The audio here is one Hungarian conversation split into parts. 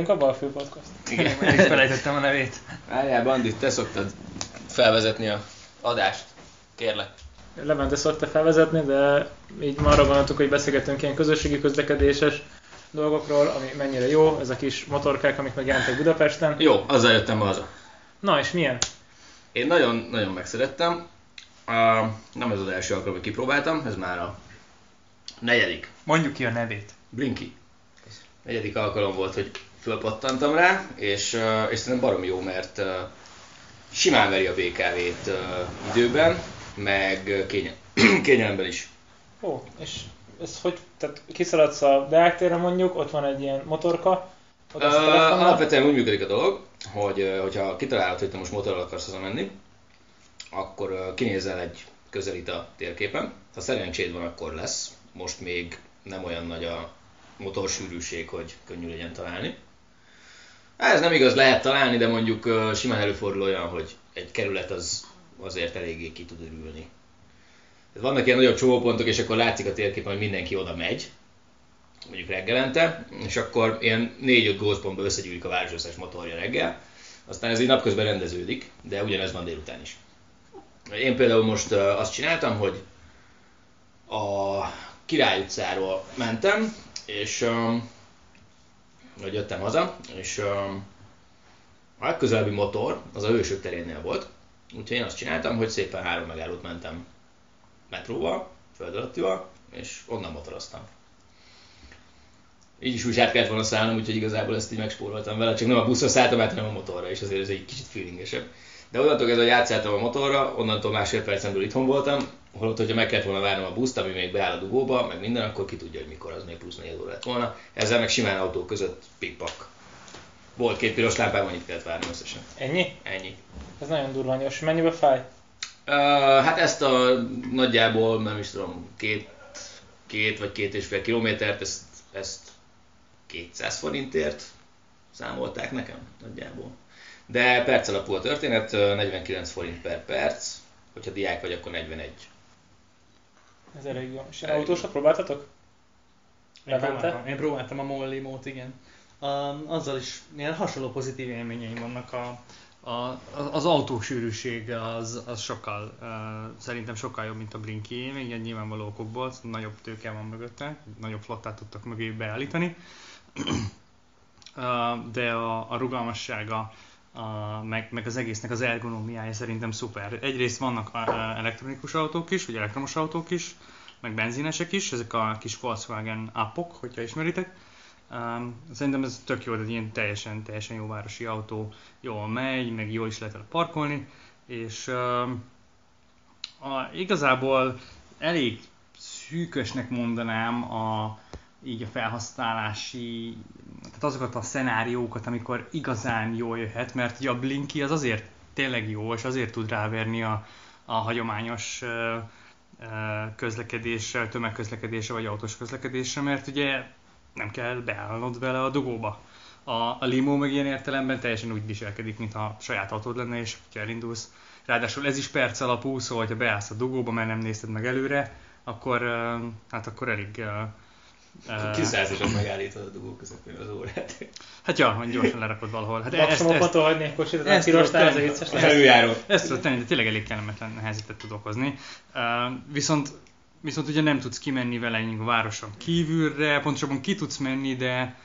vagyunk a Balfő Podcast. Igen, meg is felejtettem a nevét. Várjál, Bandit, te szoktad felvezetni a adást. Kérlek. Levente szokta felvezetni, de így már arra gondoltuk, hogy beszélgetünk ilyen közösségi közlekedéses dolgokról, ami mennyire jó, ez a kis motorkák, amik megjelentek Budapesten. Jó, azzal jöttem haza. Na és milyen? Én nagyon megszerettem. Nem ez az első alkalom, hogy kipróbáltam, ez már a negyedik. Mondjuk ki a nevét. Blinky. Negyedik alkalom volt, hogy fölpattantam rá, és szerintem baromi jó, mert simán veri a BKV-t időben, meg kényelemben is. Ó, és ez hogy, tehát kiszaladsz a Deák térre mondjuk, ott van egy ilyen motorka, alapvetően úgy működik a dolog, hogyha kitalálod, hogy te most motorral akarsz hazamenni, akkor kinézel egy közelít a térképen. Ha szerencséd van, akkor lesz. Most még nem olyan nagy a motorsűrűség, hogy könnyű legyen találni. Ez nem igaz, lehet találni, de mondjuk simán előfordul olyan, hogy egy kerület az azért eléggé ki tud örülni. Vannak ilyen nagyobb csomópontok, és akkor látszik a térképen, hogy mindenki oda megy, mondjuk reggelente, és akkor ilyen 4-5 gózpontba összegyűlik a város összes motorja reggel, aztán ez így napközben rendeződik, de ugyanez van délután is. Én például most azt csináltam, hogy a Király utcáról mentem, és vagy jöttem haza, és a legközelebbi motor az a Hősök terénél volt, úgyhogy én azt csináltam, hogy szépen 3 megállót mentem metróval, föld alattival, és onnan motoroztam. Így is úgy át kellett volna szállnom, úgyhogy igazából ezt így megspóroltam vele, csak nem a buszra szálltam át, hanem a motorra, és azért ez egy kicsit feelingesebb. De onnantól kezdve, hogy átszálltam a motorra, onnantól másfél percen belül itthon voltam, holott, hogyha meg kellett volna várnom a buszt, ami még beáll a dugóba, meg minden, akkor ki tudja, hogy mikor, az még plusz 4 óra lett volna. Ezzel meg simán autó között pikpak. Volt 2 piros lámpám, annyit kellett várni összesen. Ennyi? Ennyi. Ez nagyon durványos. Mennyibe fáj? Hát ezt a nagyjából, nem is tudom, 2 vagy 2,5 kilométert, ezt 200 forintért számolták nekem nagyjából. De perc alapú a történet, 49 forint per perc, hogyha diák vagy, akkor 41. Ez elég jó. És autósra próbáltatok? Én próbáltam a Mollimót, igen. Azzal is ilyen hasonló pozitív élményeim vannak. Az autósűrűség az sokkal, szerintem sokkal jobb, mint a Blinky, még ilyen nyilvánvaló okokból, nagyobb tőke van mögötte, nagyobb flottát tudtak mögé beállítani. De a rugalmassága, meg az egésznek az ergonómiája szerintem szuper. Egyrészt vannak elektronikus autók is, vagy elektromos autók is, meg benzinesek is, ezek a kis Volkswagen Up-ok, hogyha ismeritek. Szerintem ez tök jó, hogy ilyen teljesen jó városi autó, jól megy, meg jól is lehet vele parkolni, és igazából elég szűkösnek mondanám így a felhasználási, tehát azokat a szenáriókat, amikor igazán jól jöhet, mert ugye a Blinky az azért tényleg jó, és azért tud ráverni a hagyományos közlekedésre, tömegközlekedésre vagy autós közlekedésre, mert ugye nem kell beállnod vele a dugóba. A limó meg ilyen értelemben teljesen úgy viselkedik, mintha saját autód lenne, és ha elindulsz. Ráadásul ez is perc alapú, szóval ha beállsz a dugóba, mert nem nézted meg előre, akkor elég... Kiszállítosan megállítod a dugó közepén az órát. Hát ja, hogy gyorsan lerakod valahol. Hát maximum fontól hagyni egy kocsit, az pirosnál, ez a vicces lehet. Előjáró. Ezt tudod tenni, de tényleg elég kellemetlen helyzetet tud okozni. Viszont ugye nem tudsz kimenni vele a városon kívülre, pontosabban ki tudsz menni, de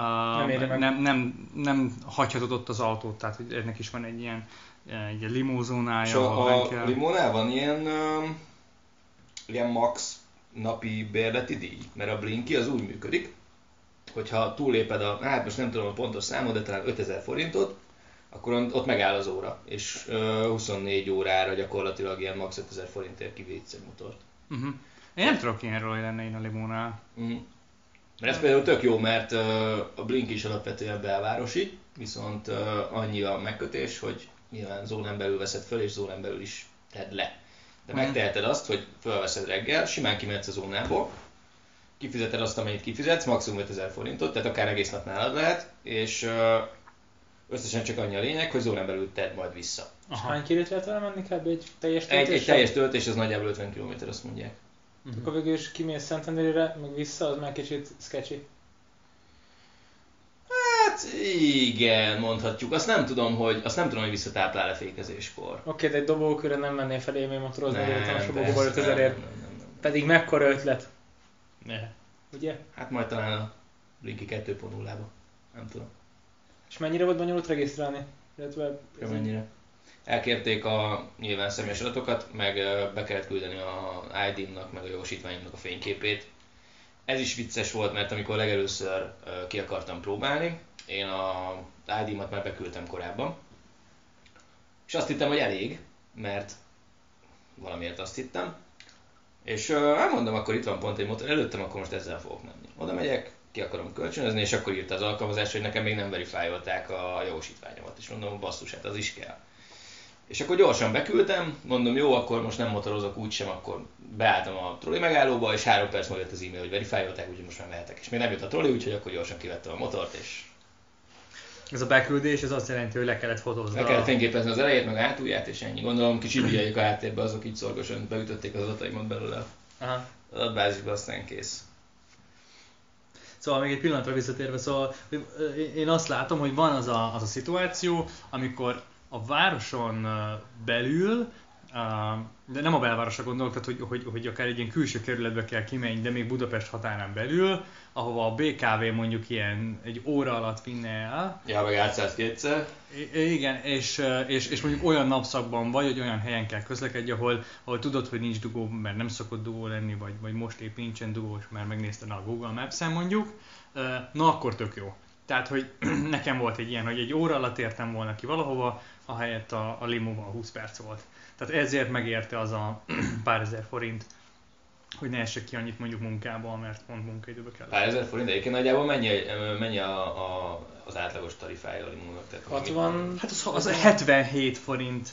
nem hagyhatod ott az autót, tehát hogy ennek is van egy ilyen limózónája. És a limónál van ilyen max napi bérleti díj, mert a Blinky az úgy működik, hogyha túlléped hát most nem tudom a pontos számot, de talán 5000 forintot, akkor ott megáll az óra, és 24 órára gyakorlatilag ilyen max 5000 forintért kivédsz egy motort. Uh-huh. Én nem tudok ilyenről, hogy lenne én a limónál. Uh-huh. Mert ez például tök jó, mert a Blinky is alapvetően belvárosi, viszont annyi a megkötés, hogy nyilván zónán belül veszed föl, és zónán belül is tedd le. De megteheted azt, hogy felveszed reggel, simán kimehetsz a zónából, kifizeted azt, amennyit kifizetsz, maximum 5000 forintot, tehát akár egész nap nálad lehet, és összesen csak annyi a lényeg, hogy zónán belül tedd majd vissza. És hány kilót lehet vele menni kb. Egy teljes töltés? Egy teljes töltés, az nagyjából 50 km, azt mondják. Uh-huh. Akkor végül is kimész Szentendrére, meg vissza, az már kicsit sketchy. Hát Hát igen, mondhatjuk. Azt nem tudom, hogy visszatáplál-e fékezéskor. Oké, de egy dobókörre nem mennél fel élmény motorozni, hogy Nem, a persze, sobogóba 5000-ért. nem. Pedig mekkora ötlet, Ne. ugye? Hát majd talán a Blinky 2.0-ba. Nem tudom. És mennyire volt bonyolult regisztrálni? Illetve Mennyire? Elkérték a nyilván személyes adatokat, meg be kellett küldeni a ID-mnak, meg a jogosítványomnak a fényképét. Ez is vicces volt, mert amikor legelőször ki akartam próbálni, én a ID-mat már beküldtem korábban. És azt hittem, hogy elég, mert valamiért azt hittem. És mondom, akkor itt van pont egy motor előttem, akkor most ezzel fogok menni. Oda megyek, ki akarom kölcsönözni, és akkor írta az alkalmazás, hogy nekem még nem verifálolták a jogosítványomat. És mondom, basszus, hát az is kell. És akkor gyorsan beküldtem, mondom, jó, akkor most nem motorozok úgysem, akkor beálltam a troli megállóba, és 3 perc múlva jött az e-mail, hogy verifálolták, úgyhogy most már mehetek. És még nem jött a troli, úgyhogy akkor gyorsan kivettem a motort, és... Ez a beküldés, ez azt jelenti, hogy le kellett fotózni. Le kellett fényképezni az elejét, meg a hátulját, és ennyi. Gondolom, kis ügyeljeik a háttérbe, azok így szorgosan beütötték az adataimat belőle. Aha. Az adatbázisba, aztán kész. Szóval még egy pillanatra visszatérve, szóval én azt látom, hogy van az a szituáció, amikor a városon belül, de nem a belvárosra gondolok, tehát hogy akár egy ilyen külső kerületbe kell kimenni, de még Budapest határán belül, ahova a BKV mondjuk ilyen egy óra alatt vinne el. Ja, meg átszállsz kétszer. Igen, és mondjuk olyan napszakban vagy, hogy olyan helyen kell közlekedni, ahol tudod, hogy nincs dugó, mert nem szokott dugó lenni, vagy most épp nincsen dugó, mert megnézted a Google Maps-en mondjuk, na akkor tök jó. Tehát, hogy nekem volt egy ilyen, hogy egy óra alatt értem volna ki valahova, ahelyett a limóval 20 perc volt. Tehát ezért megérte az a pár ezer forint, hogy ne essek ki annyit mondjuk munkából, mert pont munkaidőbe kell. Pár ezer forint, de egyébként nagyjából mennyi az átlagos tarifája a limónak? 60... Hát az 77 forint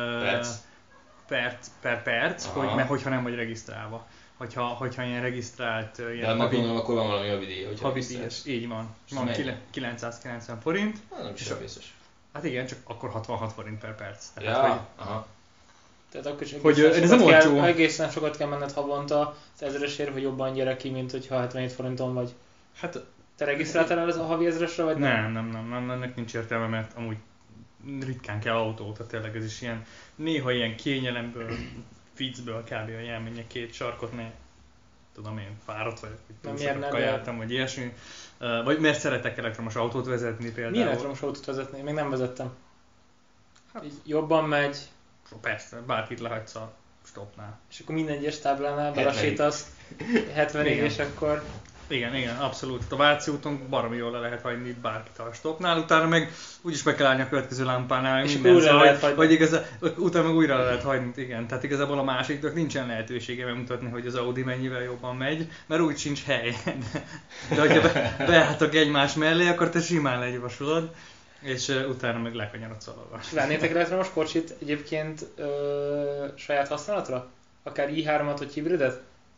perc. per perc, hogyha nem vagy regisztrálva. Hogyha ilyen regisztrált... De annak gondolom, akkor van valami havidíj, hogy havidíjas, így van. Van 990 forint. Nem is sebészes. Hát igen, csak akkor 66 forint per perc. Tehát, ja, aha. Tehát akkor is egészen sokat kell menned havonta az 1000-esért, hogy jobban gyere ki, mint hogyha 77 forinton vagy. Hát... Te regisztráltál el a havi 1000-esre, vagy nem, ennek nincs értelme, mert amúgy ritkán kell autó, tehát tényleg ez is ilyen, néha ilyen kényelemből, viccből kb. A elmenjek 2 sarkot, mert tudom én, fáradt vagyok, hogy túl sokat kajáltam, vagy ilyesmi. Vagy mert szeretek elektromos autót vezetni például. Milyen elektromos autót vezetni? Még nem vezettem. Hát, így jobban megy. Persze, bárkit lehagysz a stopnál. És akkor minden egyes táblánál belassítasz 70-ig, és akkor... Igen, abszolút. A Váci úton baromi jól le lehet hagyni bárkit a stopnál, utána meg úgyis meg kell állni a következő lámpánál, és minden, szóval, utána meg újra le lehet hagyni, igen. Tehát igazából a másiknak nincsen lehetősége megmutatni, hogy az Audi mennyivel jobban megy, mert úgy sincs hely. De hogyha beálltok egymás mellé, akkor te simán legyvasulod, és utána meg lekanyarodsz alapba. És vennétek elektromos kocsit egyébként saját használatra? Akár i3-at vagy hibridet?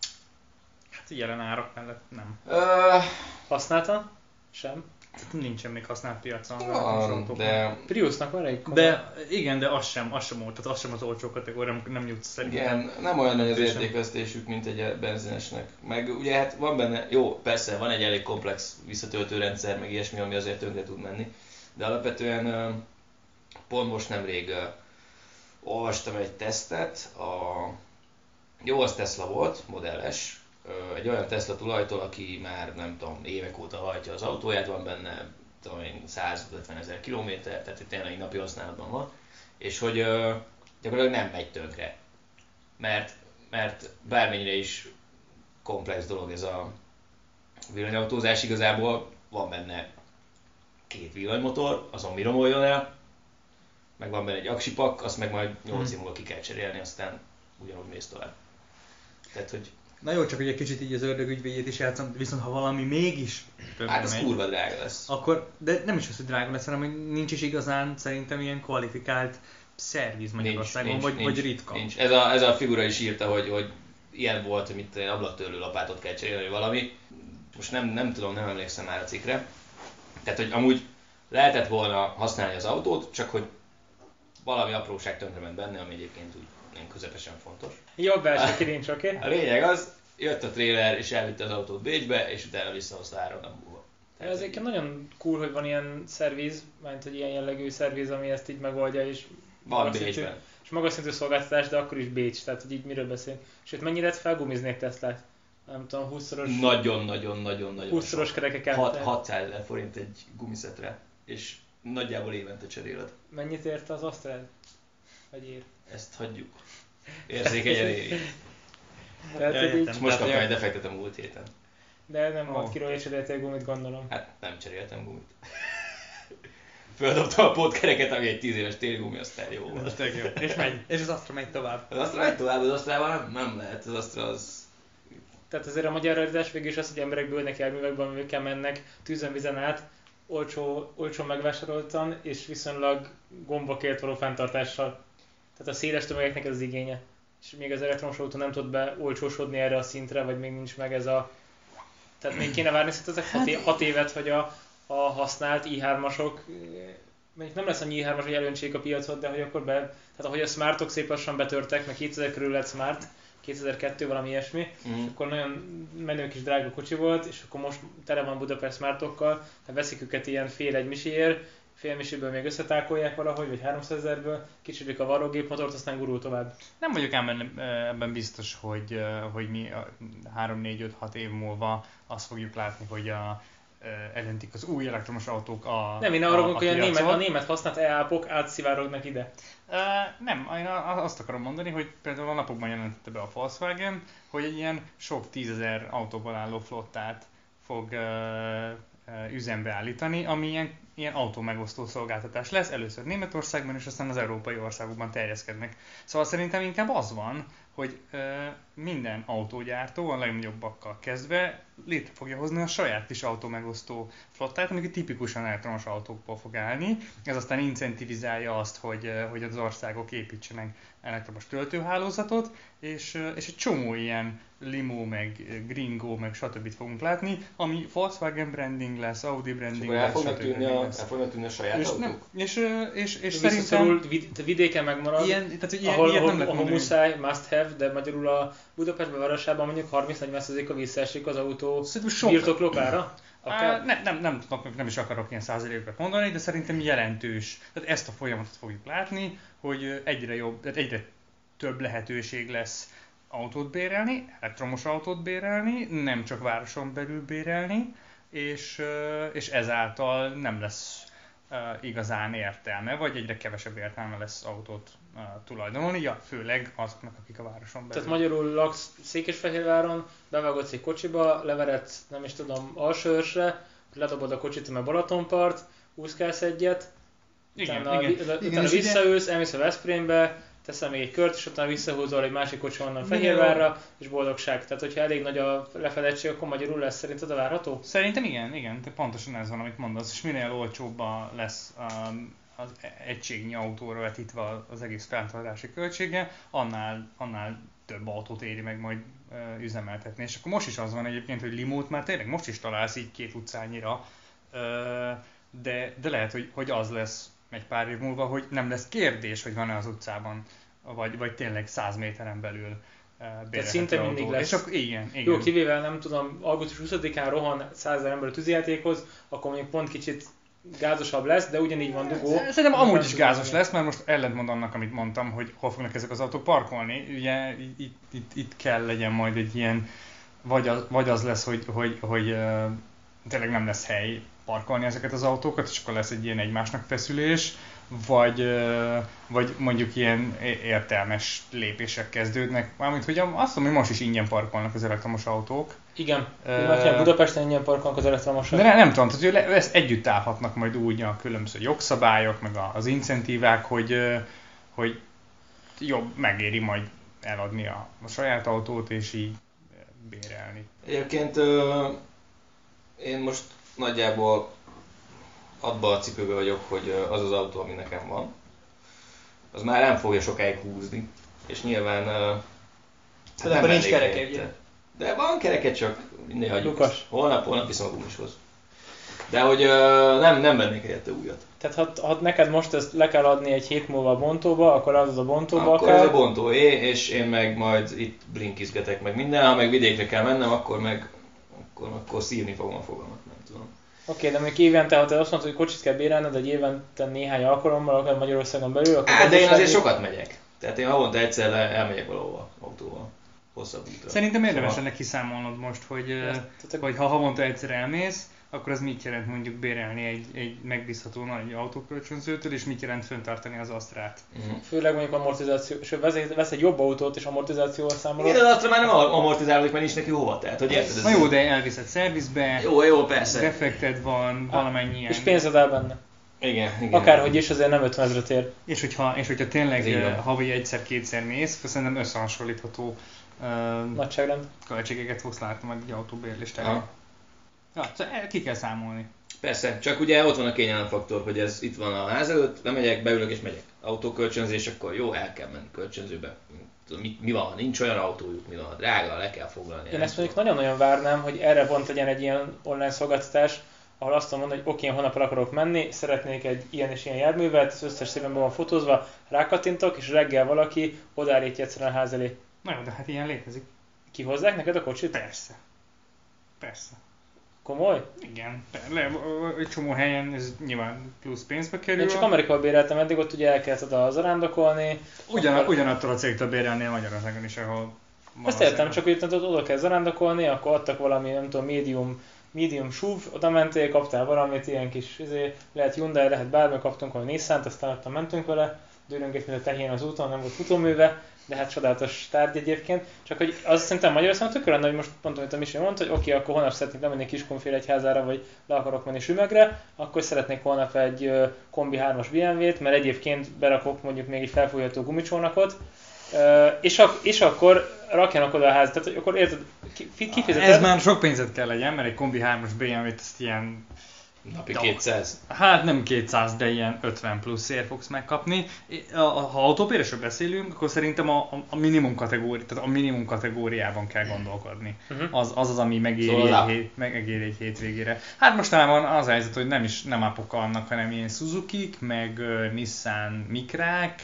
Jelen árak mellett nem. Használtam? Sem. Nincsen még használt piacon. De... Priusnak van egy komoly. De igen, de az sem volt, tehát az sem az olcsó kategória, nem jutsz szerintem. Igen, nem olyan nagy az értékvesztésük, mint egy benzinesnek. Meg ugye hát van benne, jó, persze van egy elég komplex visszatöltő rendszer, meg ilyesmi, ami azért tönkre tud menni. De alapvetően pont most nemrég olvastam egy tesztet, jó, az Tesla volt, Model S, egy olyan Tesla tulajtól, aki már nem tudom, évek óta hajtja az autóját, van benne 150 000 kilométer, tehát tényleg egy napi használatban van, és hogy gyakorlatilag nem megy tönkre. Mert bármennyire is komplex dolog ez a villanyautózás, igazából van benne 2 villanymotor, azon mi romoljon el, meg van benne egy aksipak, azt meg majd 8 év múlva ki kell cserélni, aztán ugyanúgy mész tovább. Tehát, hogy... Na jó, csak hogy egy kicsit így az ördög ügyvédjét is játszom, viszont ha valami mégis többre megy, az kurva drága lesz. Akkor, de nem is az, hogy drága lesz, hanem hogy nincs is igazán szerintem ilyen kvalifikált szerviz Magyarországon, vagy ritka. Nincs. Ez a figura is írta, hogy ilyen volt, hogy mit ablaktörlő lapátot kell cserélni, valami. Most nem tudom, nem emlékszem már a cikkre. Tehát, hogy amúgy lehetett volna használni az autót, csak hogy valami apróság tönkrement benne, ami egyébként úgy közepesen fontos. Jobb belső kirincs, oké? A lényeg az, jött a trailer és elvitte az autót Bécsbe, és utána visszahozta 3 nap múlva. Ez egyébként nagyon cool, hogy van ilyen szerviz, mert hogy ilyen jellegű szerviz, ami ezt így megoldja, és Van Bécsben. és magas szintű szolgáltatás, de akkor is Bécs, tehát hogy így miről beszél. Sőt, mennyire lehet felgumizni egy Teslát? Nem tudom, 20-szoros... Nagyon. 20-szoros kerekeket. 600 000 forint egy gumiszetre, és nagyjából évente cseréled. Mennyit ért az Astral? Vagy ér? Ezt hagyjuk. Érzékenyen éri. Tehát, így, És most kaptam egy defektet a múlt héten. de nem volt kiról és cseréltél gumit, gondolom. Hát nem cseréltem gumit. Földobtam a pótkereket, ami egy 10 éves téli gumi, aztán jó volt. És megy. És az Astra megy tovább. Az Astra megy tovább, az Astrával nem lehet, az Astra az... Tehát azért a magyar realitás végül is az, hogy emberek bőlnek járművekben, amikkel mennek tűzön vizen át, olcsó megvásároltan, és viszonylag gombokért való fenntartással. Tehát a széles tömegeknek ez az igénye. És még az elektromos autó nem tud beolcsósodni erre a szintre, vagy még nincs meg ez a... Tehát még kéne várni ezek 6 évet, hogy a használt i3-asok, mondjuk nem lesz annyi i3-as, hogy előntsék a piacot, de hogy akkor tehát ahogy a Smartok szép lassan betörtek, meg 2000 körül lett Smart, 2002 valami ilyesmi, és akkor nagyon menő kis drága kocsi volt, és akkor most tele van Budapest Smartokkal, hát veszik őket ilyen fél misiért, fél misiből még összetákolják valahogy, vagy 300 000-ből, kicsidik a varrógépmotort, aztán gurul tovább. Nem vagyok ebben biztos, hogy mi 3-4-5-6 év múlva azt fogjuk látni, hogy elöntik az új elektromos autók nem, én arra gondolok, hogy a német használt e-ápok átszivárognak ide. Nem, én azt akarom mondani, hogy például a napokban jelentette be a Volkswagen, hogy egy ilyen sok 10 000 autóból álló flottát fog üzembe állítani, ami ilyen autómegosztó szolgáltatás lesz, először Németországban, és aztán az európai országokban terjeszkednek. Szóval szerintem inkább az van, hogy minden autógyártó, a legnagyobbakkal kezdve létre fogja hozni a saját kis autómegosztó flottát, amik tipikusan elektromos autókból fog állni. Ez aztán incentivizálja azt, hogy az országok építsenek elektromos töltőhálózatot, és egy csomó ilyen limo, meg gringo, meg stb. Fogunk látni, ami Volkswagen branding lesz, Audi branding lesz, stb. El fognak tűnni a saját autók? És szerintem... vidéken megmarad, ahol muszáj, must have, de magyarul a Budapest bevárosában mondjuk 30-40%-a visszaesik az autó birtoklók ára? Nem is akarok ilyen százalékokat mondani, de szerintem jelentős. Tehát ezt a folyamatot fogjuk látni, hogy egyre több lehetőség lesz autót bérelni, elektromos autót bérelni, nem csak városon belül bérelni, és ezáltal nem lesz igazán értelme, vagy egyre kevesebb értelme lesz autót tulajdonolni, főleg azoknak, akik a városon belül. Tehát magyarul laksz Székesfehérváron, bevágodsz egy kocsiba, leveredsz, nem is tudom, Alsóörsre, ledobod a kocsit a Balatonpart, úszkálsz egyet, utána visszaülsz, elmész a Veszprémbe, teszel még egy kört, és utána visszahúzol egy másik kocsi onnan Fehérvárra, és boldogság. Tehát, hogyha elég nagy a lefedettség, akkor magyarul lesz szerinted a várható? Szerintem igen, de pontosan ez van, amit mondasz, és minél olcsóbb lesz az egységnyi autóra vetítve az egész fenntartási költsége, annál több autót éri meg majd üzemeltetni. És akkor most is az van egyébként, hogy limót már tényleg most is találsz így 2 utcányira, de lehet, hogy az lesz egy pár év múlva, hogy nem lesz kérdés, hogy van-e az utcában, vagy tényleg 100 méteren belül bérelhető szinte autó. mindig lesz. És akkor igen. Jó, kivéve nem tudom, augusztus 20-án rohan 100 000 ember a tűzijátékhoz, akkor mondjuk pont kicsit gázosabb lesz, de ugyanígy van dugó. Szerintem amúgy is gázos lesz, mert most ellentmond annak, amit mondtam, hogy hol fognak ezek az autók parkolni. Ugye itt kell legyen majd egy ilyen, vagy az lesz, hogy tényleg nem lesz hely parkolni ezeket az autókat, és akkor lesz egy ilyen egymásnak feszülés, vagy mondjuk ilyen értelmes lépések kezdődnek. Mármint, hogy azt mondom, hogy most is ingyen parkolnak az elektromos autók. Igen, Budapesten ingyen parkolnak az elektromosok. De nem tudom, tehát ezt együtt állhatnak majd úgy a különböző jogszabályok, meg az incentívák, hogy jobb, megéri majd eladni a saját autót, és így bérelni. Egyébként én most nagyjából abban a cipőben vagyok, hogy az autó, ami nekem van, az már nem fogja sokáig húzni. És nyilván... de akkor nincs kereke, ugye? De van kereke, csak néha hagyjuk. Holnap viszont a gumishoz. De hogy nem vennék helyette újat. Tehát ha neked most ezt le kell adni egy hét múlva a bontóba, akkor az a bontóba akkor ez a bontóé, és én meg majd itt blinkizgetek meg minden, ha meg vidékre kell mennem, akkor szívni fogom a fogamat, nem tudom. Oké, de mondjuk évente, ha te azt mondod, hogy kocsit kell bérelned egy évente néhány alkalommal, akár Magyarországon belül, akkor... de én azért sokat megyek. Tehát én havonta egyszer elmegyek valahova autóval. Hosszabb útra. Szerintem érdemes lenne kiszámolnod most, hogy ha havonta egyszer elmész, akkor az mit jelent mondjuk bérelni egy megbízható nagy autókölcsönzőtől, és mit jelent fenntartani az Astrát. Főleg mondjuk amortizáció, és vesz egy jobb autót és amortizációval számolod. Igen, de Astra már nem amortizálódik, mert nincs neki hova, tehát hogy érted? Na jó, de elviszed szervizbe, jó, persze. defekted van, valamennyi ilyen. És pénzed el benne. Igen. Akárhogy is, azért nem 50 000-et ér. És hogyha tényleg havi egyszer-kétszer mész, akkor szerintem összehasonlítható nagyságrend. költségeket fogsz látni meg egy autóbérlistán. Ja, szóval ki kell számolni. Persze, csak ugye ott van a kényelem faktor, hogy ez itt van a ház előtt, lemegyek, beülök és megyek. Autókölcsönzés, akkor jó, el kell menni kölcsönzőbe. Mi van, nincs olyan autójuk, mi van, drága, le kell foglalni. Én ezt mondjuk nagyon-nagyon várnám, hogy erre pont legyen egy ilyen online szolgáltatás, ahol azt mondom, hogy oké, hónapra akarok menni, szeretnék egy ilyen és ilyen járművet, az összes szépen be van fotózva, rákattintok, és reggel valaki odaállítja egyszerűen a ház elé. Na jó, de hát ilyen létezik. Kihozzák neked a kocsit? Persze. Komoly? Igen, egy csomó helyen ez nyilván plusz pénzbe kerül. Én csak Amerikában béreltem eddig, ott ugye el kellett oda zarándokolni. Ugyanattól a cégtől bérelnél Magyarországon is, ahol... Ezt értem, csak hogy oda kell zarándokolni, akkor adtak valami, nem tudom, medium SUV, oda mentél, kaptál valamit, ilyen kis, lehet Hyundai, lehet bármi, kaptunk valami Nissan-t, aztán ottan mentünk vele, dőröngét, mint a tehén az úton, nem volt futóműve, de hát csodálatos tárgy egyébként. Csak hogy az szerintem Magyarországon tök lenne, hogy most pont amit a Misi mondta, hogy oké, akkor holnap szeretnék lemenni Kiskunfélegyházára, vagy le akarok menni Sümegre, akkor szeretnék holnap egy kombi 3-as BMW-t, mert egyébként berakok mondjuk még egy felfújható gumicsónakot, és akkor rakjanak oda a házat. Tehát hogy akkor érted, kifizeted. Ez már sok pénzet kell legyen, mert egy kombi 3-as BMW-t ezt ilyen... Napi 200? Hát nem 200, de ilyen 50 pluszért fogsz megkapni. Ha autóbérésről beszélünk, akkor szerintem a minimum tehát a minimum kategóriában kell gondolkodni. Az, ami megéri egy hétvégére. Hát mostanában az a helyzet, hogy nem Apoka annak, hanem ilyen Suzukik, meg Nissan Mikrák,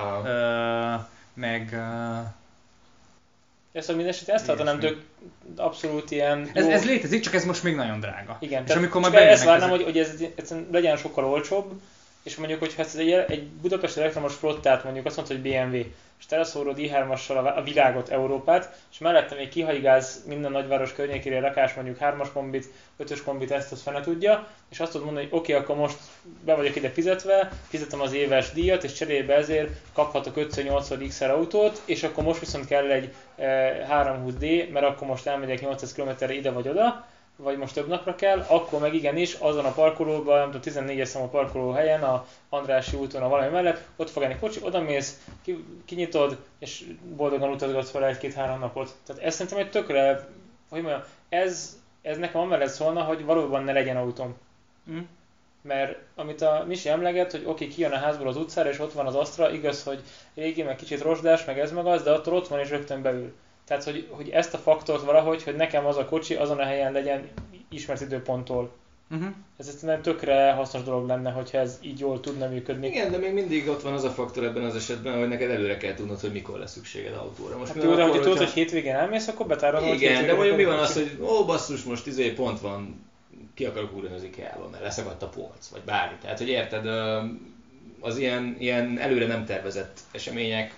meg... Ezt a mindeset ezt tartanám tök abszolút ilyen jó... Ez létezik, csak ez most még nagyon drága. Igen, és amikor már ezt várnám, hogy ez legyen sokkal olcsóbb, és mondjuk, hogyha ez egy budapesti elektromos flottát mondjuk azt mondta, hogy BMW, és teleszórod i3-assal a világot, Európát, és mellette még kihajgáz minden nagyváros környékére rakás mondjuk 3-as kombit, 5-ös kombit, ezt az fene tudja, és azt tudod mondani, hogy oké, akkor most be vagyok ide fizetve, fizetem az éves díjat, és cserébe ezért kaphatok 5x8 XR autót, és akkor most viszont kell egy 320D, mert akkor most elmegyek 800 km-re ide vagy oda, vagy most több napra kell, akkor meg igenis azon a parkolóban, nem tudom, 14-es számú parkoló helyen, a Andrássy úton, a valami mellett, ott fog állni kocsi, odamész, kinyitod, és boldogan utazgatsz fel 1-2-3 napot. Tehát ez szerintem egy tökre, hogy mondjam, ez nekem amellett szólna, hogy valóban ne legyen autóm. Mert amit a Misi emleget, hogy oké, kijön a házból az utcára, és ott van az Astra, igaz, hogy régi, meg kicsit rozsdás, meg ez meg az, de attól ott van és rögtön beül. Tehát, hogy ezt a faktort valahogy, hogy nekem az a kocsi azon a helyen legyen ismert időponttól. Ez szerintem tökre hasznos dolog lenne, hogyha ez így jól tudna működni. Igen, de még mindig ott van az a faktor ebben az esetben, hogy neked előre kell tudnod, hogy mikor lesz szükséged autóra. Most hát jó, de hogyha tudod, hogy hétvégén elmész, akkor betárolod, hogy igen, de mondjuk mi van az, hogy basszus, most pont van, ki akarok ugrani az IKEA-ba, mert leszakadt a polc, vagy bármi. Tehát, hogy érted, az ilyen előre nem tervezett események,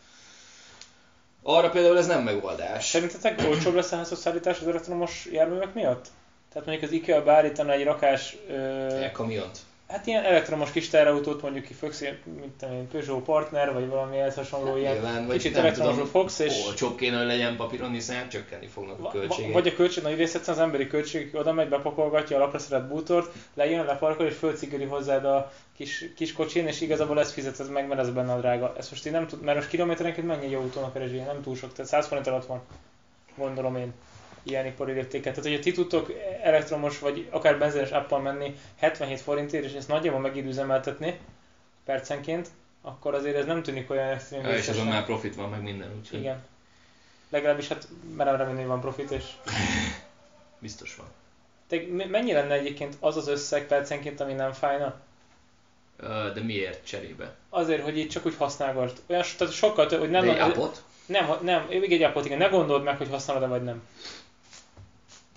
arra például ez nem megoldás. Szerintetek olcsóbb lesz a házhozszállítás az elektromos járművek miatt? Tehát mondjuk az IKEA beállítana egy rakás... kamiont. Hát ilyen elektromos kis terautót, mondjuk ki Fox, mint Peugeot Partner, vagy valami ehhez hasonló ilyen nyilván, kicsit elektromosú Fox, és... Olcsóbb kéne, hogy legyen papíron, hiszen csökkenni fognak a költségek. Vagy a költség nagy rész egyszerűen az emberi költség, oda megy, bepakolgatja a lapra szeret bútort, lejön, leparkol és fölcigeli hozzád a kis kocsin, és igazából ezt fizeted meg, mert ez benne a drága. Ezt most én nem tudom, mert most kilométerenként mennyi egy autónak a rezsije, nem túl sok, tehát 100 forint alatt van, gondolom én. Ilyen ipari értéket. Tehát, hogyha ti tudtok elektromos vagy akár benzines appal menni 77 forintért, és ezt nagyjából megidőzemeltetni percenként, akkor azért ez nem tűnik olyan extrém. És azon már profit van, meg minden, úgyhogy... Igen. Legalábbis hát merem remélni, hogy van profit, és... Biztos van. De mennyi lenne egyébként az az összeg percenként, ami nem fájna? De miért cserébe? Azért, hogy így csak úgy használgasd. Olyan, tehát sokkal több, hogy nem... De egy appot? Nem, még egy appot, igen. Ne gondold meg, hogy használod-e vagy nem.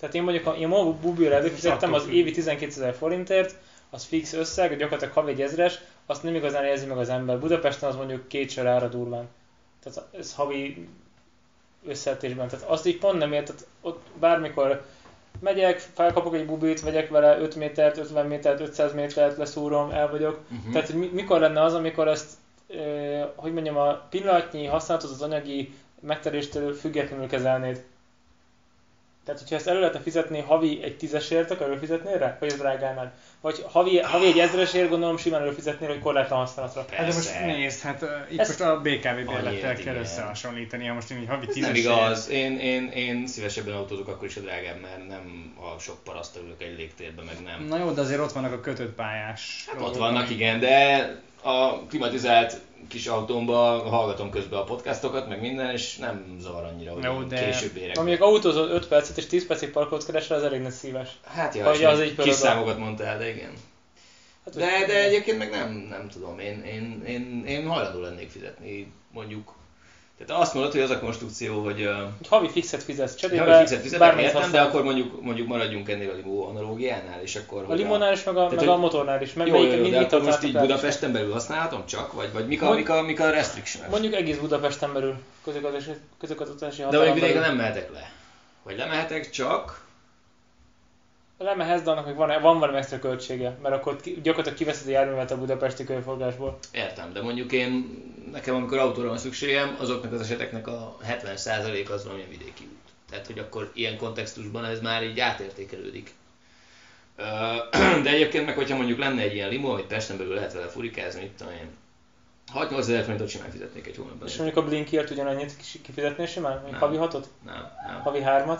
Tehát én mondjuk, én ma Bubira előfizettem az évi 12 000 forintért, az fix összeg, gyakorlatilag havi 1000-es, azt nem igazán érzi meg az ember. Budapesten az mondjuk 2 sör ára durván. Tehát ez havi összevetésben. Tehát azt így pont nem érted, ott bármikor megyek, felkapok egy bubit, vegyek vele 5 métert, 50 métert, 500 métert, leszúrom, el vagyok. Tehát hogy mikor lenne az, amikor ezt, hogy mondjam, a pillanatnyi használatot az anyagi megteréstől függetlenül kezelnéd. Tehát, hogyha ezt elő lehetne fizetni havi egy 10-esért, akkor előfizetnél rá? Vagy az drágánál? Vagy havi egy 1000-esért gondolom simán előfizetnél, hogy korlátlan használatra. Hát de most nézd, hát itt most a BKV bérlettel kell összehasonlítani, most én havi 10-esért. Nem igaz, én szívesebben autózok akkor is a drágább, mert nem a sok paraszta ülök egy légtérben, meg nem. Na jó, de azért ott vannak a kötött pályás. Hát ott vannak, igen, de a klimatizált kis autómban hallgatom közben a podcastokat, meg minden, és nem zavar annyira, hogy jó, később érek. Amíg autózol 5 percet és 10 percig parkolót keresel, az elég nagy szíves. Hát ja, és az kis számokat mondtál, de igen. Hát, de egyébként meg nem tudom, én hajlandó lennék fizetni, mondjuk. Tehát azt mondod, hogy az a konstrukció, hogy... havi fixet fizetsz cserébe, havi fixet fizetek, értem, de akkor mondjuk maradjunk ennél a limó analógiánál, és akkor... A limónál is, meg a motornál is. Meg jó, de akkor most így Budapesten belül használhatom csak? Vagy mik a restrictions? Mondjuk egész Budapesten belül, közigazgatási hatalom. De mondjuk vidékre nem mehetek le. Vagy lemehetek csak... Lemehetsz, de annak még van valami extra költsége, mert akkor gyakorlatilag kiveszed a járművet a budapesti körforgásból. Értem, de mondjuk nekem amikor autóra van szükségem, azoknak az eseteknek a 70% az valamilyen vidéki út. Tehát, hogy akkor ilyen kontextusban ez már így átértékelődik. De egyébként meg, hogyha mondjuk lenne egy ilyen limo, amit Pesten belül lehet vele furikázni, mit tudom én, 6-8 ezer forintot simán fizetnék egy hónapban. És mondjuk a Blinkért ugyanannyit kifizetnél simán? Nem. Havi 6-ot? Nem. Havi 3-at?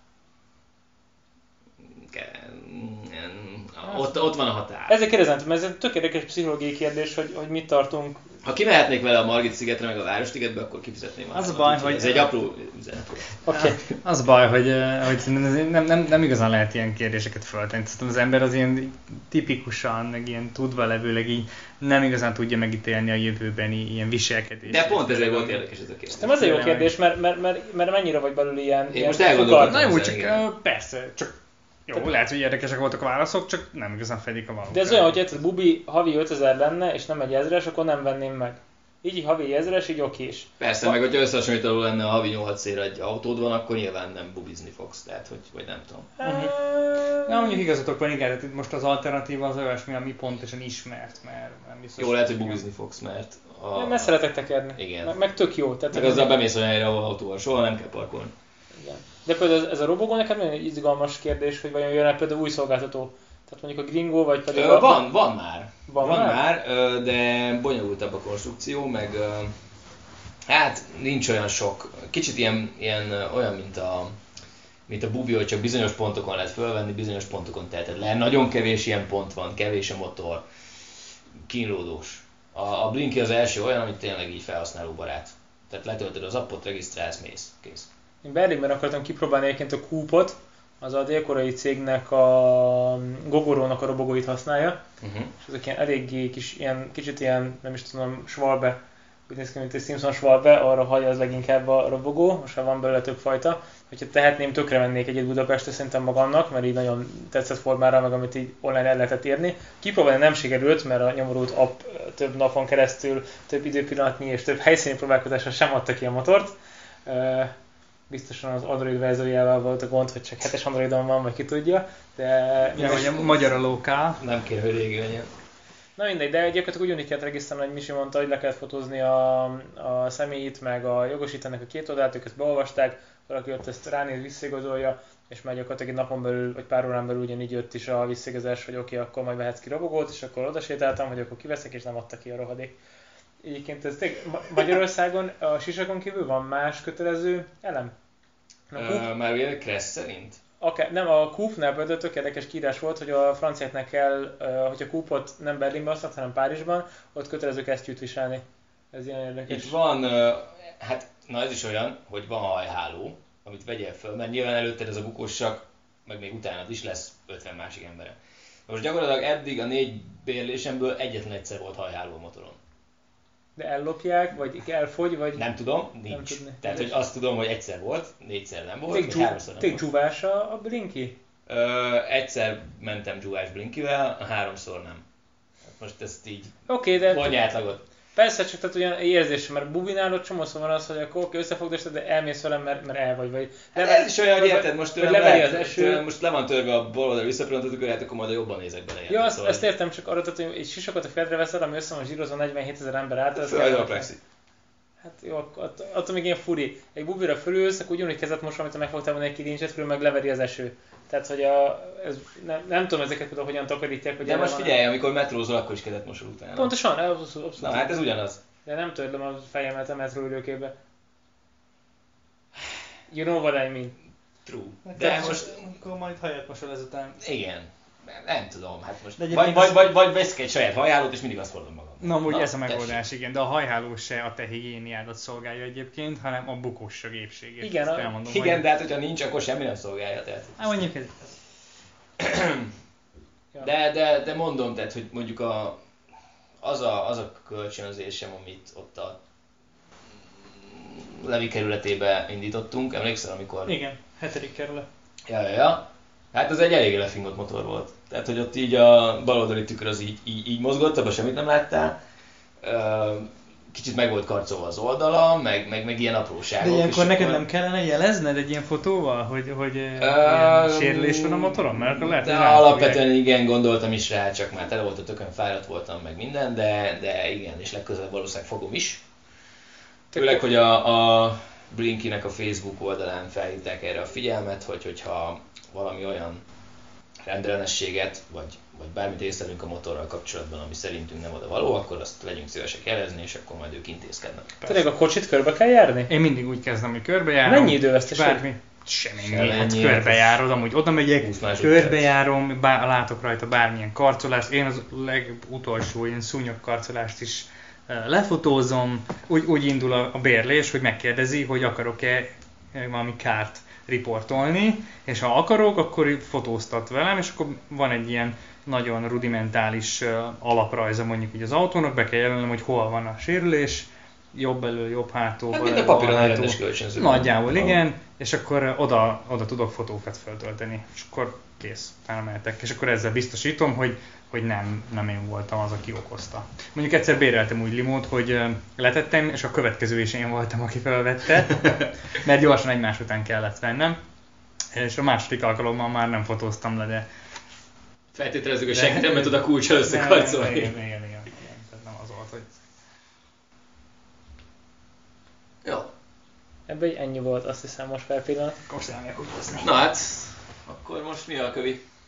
Ott van a határ. Ezért kérdezem, mert ez egy tök érdekes pszichológiai kérdés, hogy mit tartunk. Ha kimehetnék vele a Margit-szigetre meg a Városligetbe, akkor kifizetném. Az a baj, hogy... Ez egy apró üzenet. Okay. Az a baj, hogy nem igazán lehet ilyen kérdéseket föltenni. Szerintem az ember az ilyen tipikusan, meg ilyen tudva levőleg így nem igazán tudja megítélni a jövőbeni ilyen viselkedést. De pont ezért volt érdekes ez a kérdés. Nem az egy jó kérdés, mert mennyire vagy belül ilyen... Én most elgondolkodtam. Na jó, csak persze, csak... Jó, lehet, hogy érdekesek voltak a válaszok, csak nem igazán fedik a valókat. De ez olyan, hogy egy bubi havi 5000 lenne, és nem egy 1000-es, akkor nem venném meg. Így havi 1000-es, így okés. Persze, meg hogyha összehasonlítható lenne a havi 8-ért egy autód van, akkor nyilván nem bubizni fogsz, tehát vagy nem tudom. Na mondjuk igazatok van, igen, tehát most az alternatíva az olyasmi, ami pontosan ismert, mert nem biztos. Jó, lehet, hogy bubizni fogsz, mert... Nem szeretek tekerni. Igen. Meg tök jó. Tehát meg azzal bemész olyan helyre, ahol autóval soha nem kell parkolni. Igen. De például ez a robogó nekem nagyon egy izgalmas kérdés, hogy vajon jön-e például új szolgáltató. Tehát mondjuk a Gringo, vagy pedig van már. Van már, de bonyolultabb a konstrukció, meg hát nincs olyan sok. Kicsit ilyen olyan, mint a bubi, hogy csak bizonyos pontokon lehet fölvenni, bizonyos pontokon teheted le. Nagyon kevés ilyen pont van, kevés a motor, kínlódós. A Blinky az első olyan, amit tényleg így felhasználóbarát. Tehát letöltöd az appot, regisztrálsz, mész, kész. Én Berlinben akartam kipróbálni egyébként a Coopot, az a dél-koreai cégnek a Gogorónak a robogóit használja, és ezek ilyen eléggé kicsit ilyen, nem is tudom, Schwalbe, úgy néz ki, mint egy Simpson Schwalbe, arra hallja az leginkább a robogó, most már van belőle több fajta. Hogyha tehetném, tökre vennék egyet Budapestre szerintem magamnak, mert így nagyon tetszett formára, meg amit így online el lehetett érni. Kipróbálni nem sikerült, mert a nyomorult app több napon keresztül, több időpillanatnyi és több helyszíni próbálkozásra sem adta ki a motort. Biztosan az Android verziójával volt a gond, hogy csak 7-es Androidon van, vagy ki tudja. De vagy a magyar a lokál. Nem kér, hogy régi legyen. Na mindegy, de egyébként ugyanígy kellett regisztrálni, hogy Misi mondta, hogy le kellett fotózni a személyit, meg a jogosítanak a két oldalt, ők ezt beolvasták, valaki ott ezt ránéz, visszaigazolja, és már gyakorlatilag egy napon belül, vagy pár órán belül ugyanígy jött is a visszaigazás, hogy oké, akkor majd vehetsz ki robogót, és akkor odasétáltam, hogy akkor kiveszek, és nem adta ki a rohadék. Egyébként ez Magyarországon a sisakon kívül van más kötelező elem? Már ugye Kressz szerint? Nem, a Coop-nál például tök érdekes kiírás volt, hogy a franciáknak kell, hogyha Coopot nem Berlinben használt, hanem Párizsban, ott kötelező kesztyűt viselni. Ez ilyen érdekes. Itt van, hát na ez is olyan, hogy van hajháló, amit vegyél föl, mert nyilván előtted ez a bukósak, meg még utánad is lesz 50 másik embere. Most gyakorlatilag eddig a 4 bérlésemből egyetlen egyszer volt hajháló a motoron. De ellopják, vagy elfogy, vagy... Nem tudom, nincs. Tehát, hogy azt tudom, hogy egyszer volt, 4-szer nem volt, vagy 3-szor nem volt. Tég dzsúvás a Blinky? Egyszer mentem dzsúvás Blinkivel, 3-szor nem. Most ezt így de... Mondj átlagot. Persze, csak tehát olyan érzésem, mert Bubinál ott csomószor van az, hogy akkor összefogdosd, de elmész velem, mert el vagy. Ez is olyan, hogy érted, most az eső. Most le van törve a bal oldal visszapillantott körát, akkor majd jobban nézek bele. Ja, ezt értem, csak arra, tehát, hogy egy sisakot a fejedre veszed, ami össze van zsírozva 47 000 ember által. Földre a plexi. Hát jó, attól még ilyen furi. Egy bubira fölülsz, akkor ugyanúgy kezet most, amit megfogtál volna egy kilincset, fölül meg leveri az eső. Tehát, hogy nem tudom ezeket például hogyan takarítják, hogy... De most figyelj, amikor metrózol, akkor is kezet mosol utána. Pontosan, abszolút. Na hát ez ugyanaz. De nem törlöm a fejemet a metróülőkébe. You know what I mean. True. De most... Akkor majd hajat mosol ezután. Igen. Nem tudom, hát most vagy veszek egy saját hajhálót és mindig azt hordom magam. Na, amúgy ez a megoldás, igen, de a hajháló se a te higiéniádat szolgálja egyébként, hanem a bukósság épségét. Igen, de hát hogyha nincs, akkor semmi nem szolgálja. Tehát. Mondjuk ez. De mondom, tehát, hogy mondjuk az a kölcsönzésem, amit ott a Levi kerületébe indítottunk, emlékszel, amikor... Igen, 7. kerület. Ja. Hát az egy elég lefingott motor volt. Tehát, hogy ott így a baloldali tükör az így mozgott, abban semmit nem láttál. Kicsit meg volt karcolva az oldala, meg ilyen apróságok. De ilyenkor neked nem kellene jelezned egy ilyen fotóval, hogy ilyen sérülés van a motoron? Mert akkor lehet, de alapvetően igen, gondoltam is rá, csak már tele volt a tökön, fáradt voltam meg minden, de igen, és legközelebb valószínűleg fogom is. Főleg, hogy a Blinkynek a Facebook oldalán felhívták erre a figyelmet, hogyha valami olyan rendellenességet, vagy bármit észlelünk a motorral kapcsolatban, ami szerintünk nem oda való, akkor azt legyünk szívesek jelezni, és akkor majd ők intézkednek. Tényleg a kocsit körbe kell járni? Én mindig úgy kezdem, hogy körbejárom. Mennyi időveszteség? Semmi, hát körbejárod, amúgy oda megyek, körbejárom, látok rajta bármilyen karcolást, én az legutolsó ilyen szúnyog karcolást is lefotózom, úgy indul a bérlés, hogy megkérdezi, hogy akarok-e valami kárt riportolni, és ha akarok, akkor fotóztat velem, és akkor van egy ilyen nagyon rudimentális alaprajza mondjuk így az autónak, be kell jelölnem, hogy hol van a sérülés, jobb elő, jobb hátul, hát minden papíron elrendes kölcsönző. Nagyjából igen, és akkor oda tudok fotókat föltölteni, és akkor kész, elmehetek. És akkor ezzel biztosítom, hogy nem én voltam az, aki okozta. Mondjuk egyszer béreltem úgy limót, hogy letettem, és a következő is én voltam, aki felvette, mert gyorsan egymás után kellett vennem. És a második alkalommal már nem fotóztam le, de... Feltételezzük, hogy senki nem tud a kulccsal összekarcolni. Igen. Tehát nem az volt, hogy... Jó. Ebből ennyi volt, azt hiszem most per pillanat. Most elmegyek úgy hozni. Na hát, akkor most mi a kövi?